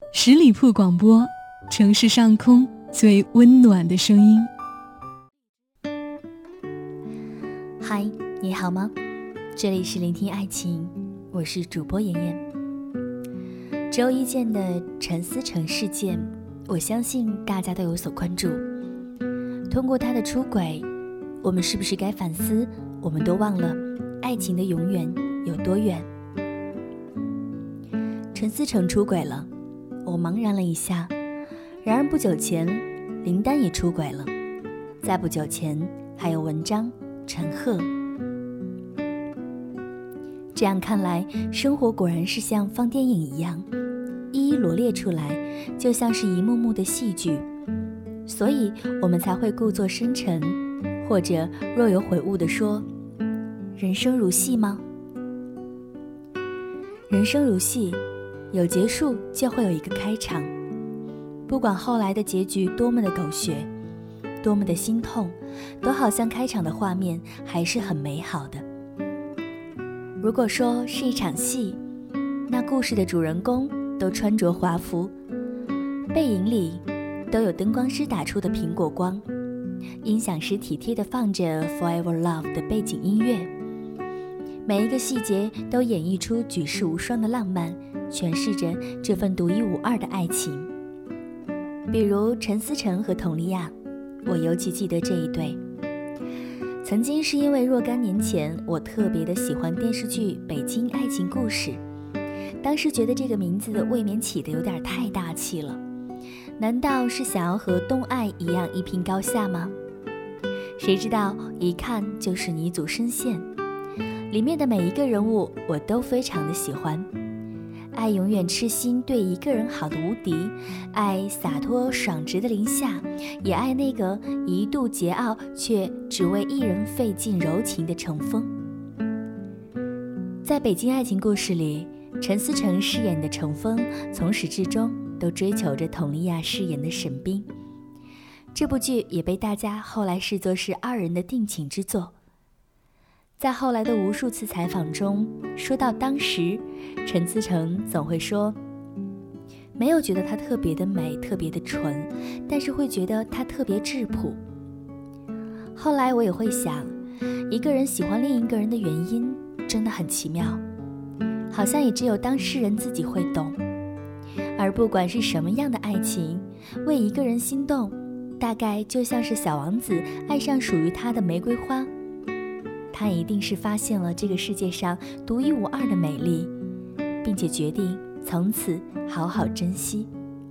十里铺广播，城市上空最温暖的声音。 嗨，你好吗？这里是聆听爱情，我是主播妍妍。周一见的陈思诚事件，我相信大家都有所关注。通过他的出轨，我们是不是该反思，我们都忘了爱情的永远有多远？陈思诚出轨了，我茫然了一下。然而不久前，林丹也出轨了，再不久前还有文章、陈赫。这样看来，生活果然是像放电影一样，一一罗列出来，就像是一幕幕的戏剧。所以我们才会故作深沉，或者若有悔悟地说，人生如戏吗？人生如戏，有结束就会有一个开场。不管后来的结局多么的狗血，多么的心痛，都好像开场的画面还是很美好的。如果说是一场戏，那故事的主人公都穿着华服，背影里都有灯光师打出的苹果光，音响师体贴地放着 Forever Love 的背景音乐，每一个细节都演绎出举世无双的浪漫，诠释着这份独一无二的爱情。比如陈思诚和佟丽娅，我尤其记得这一对。曾经是因为若干年前，我特别的喜欢电视剧《北京爱情故事》，当时觉得这个名字未免起得有点太大气了，难道是想要和东爱一样一拼高下吗？谁知道一看就是泥足深陷，里面的每一个人物我都非常的喜欢。爱永远痴心对一个人好的吴迪，爱洒脱爽直的林夏，也爱那个一度桀骜却只为一人费尽柔情的程枫。在北京爱情故事里，陈思诚饰演的程枫从始至终都追求着佟丽娅饰演的沈冰。这部剧也被大家后来视作是二人的定情之作。在后来的无数次采访中，说到当时，陈思诚总会说，没有觉得她特别的美，特别的纯，但是会觉得她特别质朴。后来我也会想，一个人喜欢另一个人的原因真的很奇妙，好像也只有当事人自己会懂。而不管是什么样的爱情，为一个人心动，大概就像是小王子爱上属于他的玫瑰花，他一定是发现了这个世界上独一无二的美丽，并且决定从此好好珍惜。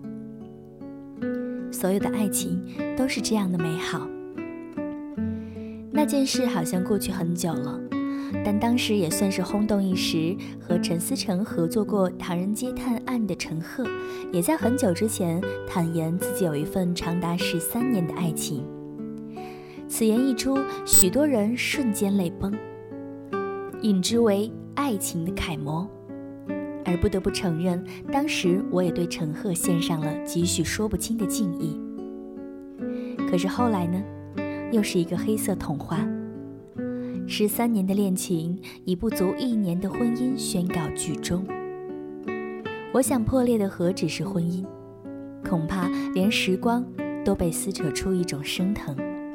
所有的爱情都是这样的美好。那件事好像过去很久了，但当时也算是轰动一时。和陈思诚合作过《唐人街探案》的陈赫，也在很久之前坦言自己有一份长达13年的爱情。此言一出，许多人瞬间泪崩，引之为爱情的楷模。而不得不承认，当时我也对陈赫献上了几许说不清的敬意。可是后来呢，又是一个黑色童话。13年的恋情，以不足1年的婚姻宣告剧终。我想破裂的何止是婚姻，恐怕连时光都被撕扯出一种生疼。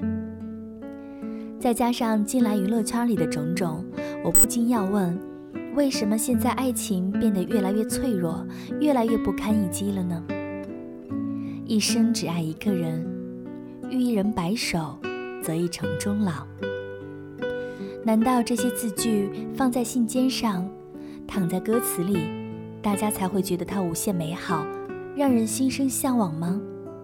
再加上近来娱乐圈里的种种，我不禁要问，为什么现在爱情变得越来越脆弱，越来越不堪一击了呢？一生只爱一个人，遇一人白首，则一城终老。难道这些字句放在信笺上，躺在歌词里，大家才会觉得它无限美好，让人心生向往吗？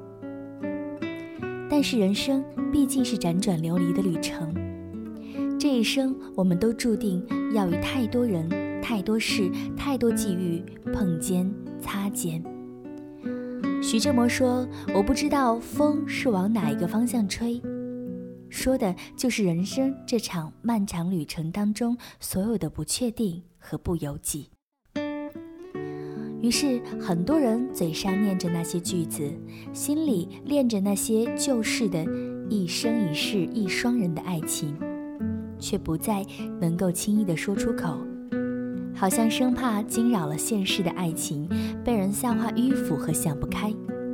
但是人生毕竟是辗转流离的旅程，这一生我们都注定要与太多人、太多事、太多际遇碰肩擦肩。徐志摩说，我不知道风是往哪一个方向吹，说的就是人生这场漫长旅程当中所有的不确定和不由己。于是很多人嘴上念着那些句子，心里恋着那些旧式的一生一世一双人的爱情，却不再能够轻易地说出口。 好像生怕惊扰了现世的爱情，被人笑话迂腐和想不开。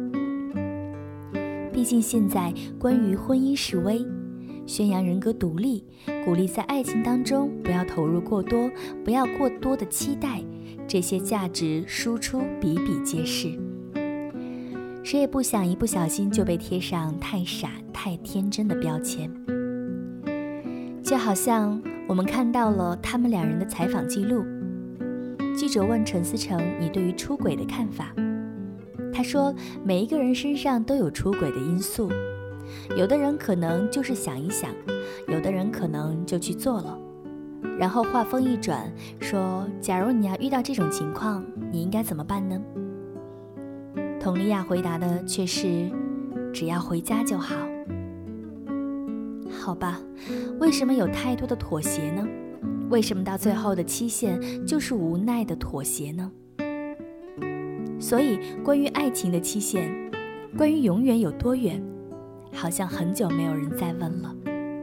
毕竟现在关于婚姻示威，宣扬人格独立，鼓励在爱情当中不要投入过多，不要过多的期待，这些价值输出比比皆是。谁也不想一不小心就被贴上太傻太天真的标签。就好像我们看到了他们两人的采访记录，记者问陈思诚你对于出轨的看法，他说每一个人身上都有出轨的因素，有的人可能就是想一想，有的人可能就去做了，然后话锋一转说，假如你要遇到这种情况，你应该怎么办呢？佟丽娅回答的却是只要回家就好。好吧，为什么有太多的妥协呢？为什么到最后的期限就是无奈的妥协呢？所以关于爱情的期限，关于永远有多远，好像很久没有人再问了。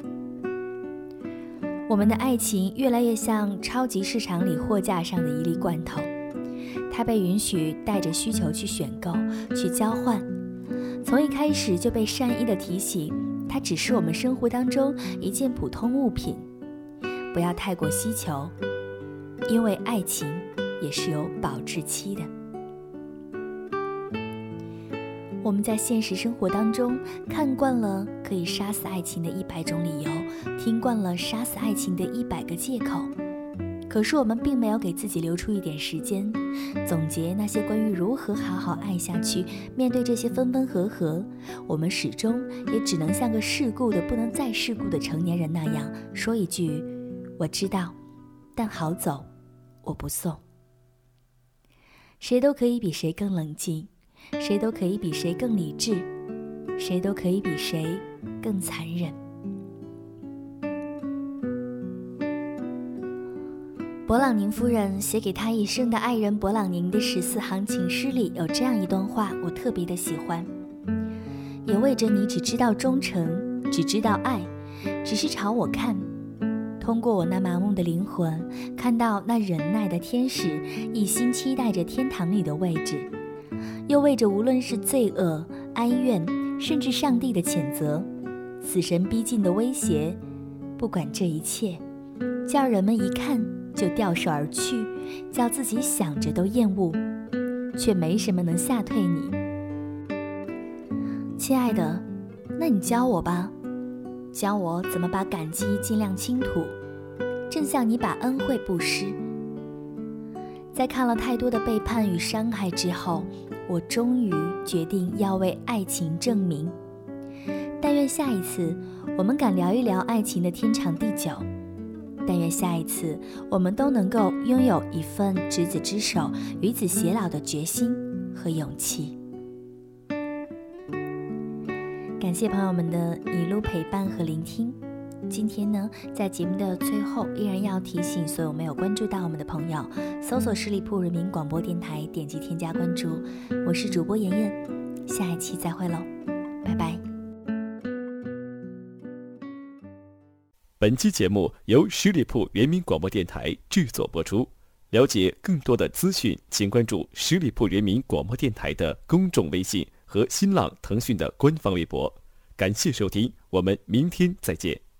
我们的爱情越来越像超级市场里货架上的一粒罐头，它被允许带着需求去选购，去交换，从一开始就被善意的提醒，它只是我们生活当中一件普通物品，不要太过希求，因为爱情也是有保质期的。我们在现实生活当中看惯了可以杀死爱情的100种理由，听惯了杀死爱情的100个借口，可是我们并没有给自己留出一点时间，总结那些关于如何好好爱下去，面对这些分分合合，我们始终也只能像个世故的不能再世故的成年人那样说一句，我知道，但好走，我不送。谁都可以比谁更冷静，谁都可以比谁更理智，谁都可以比谁更残忍。勃朗宁夫人写给她一生的爱人勃朗宁的14行情诗里有这样一段话，我特别的喜欢。也为着你只知道忠诚，只知道爱，只是朝我看，通过我那麻木的灵魂，看到那忍耐的天使一心期待着天堂里的位置，又为着无论是罪恶、哀怨，甚至上帝的谴责，死神逼近的威胁，不管这一切，叫人们一看就掉手而去，叫自己想着都厌恶，却没什么能吓退你。亲爱的，那你教我吧，教我怎么把感激尽量倾吐，正像你把恩惠布施。在看了太多的背叛与伤害之后，我终于决定要为爱情证明。但愿下一次我们敢聊一聊爱情的天长地久，但愿下一次我们都能够拥有一份执子之手与子偕老的决心和勇气。感谢朋友们的一路陪伴和聆听。今天呢，在节目的最后，依然要提醒所有没有关注到我们的朋友，搜索十里铺人民广播电台，点击添加关注。我是主播妍妍，下一期再会喽，拜拜。 本期节目由十里铺人民广播电台制作播出。了解更多的资讯，请关注十里铺人民广播电台的公众微信和新浪、腾讯的官方微博。感谢收听，我们明天再见。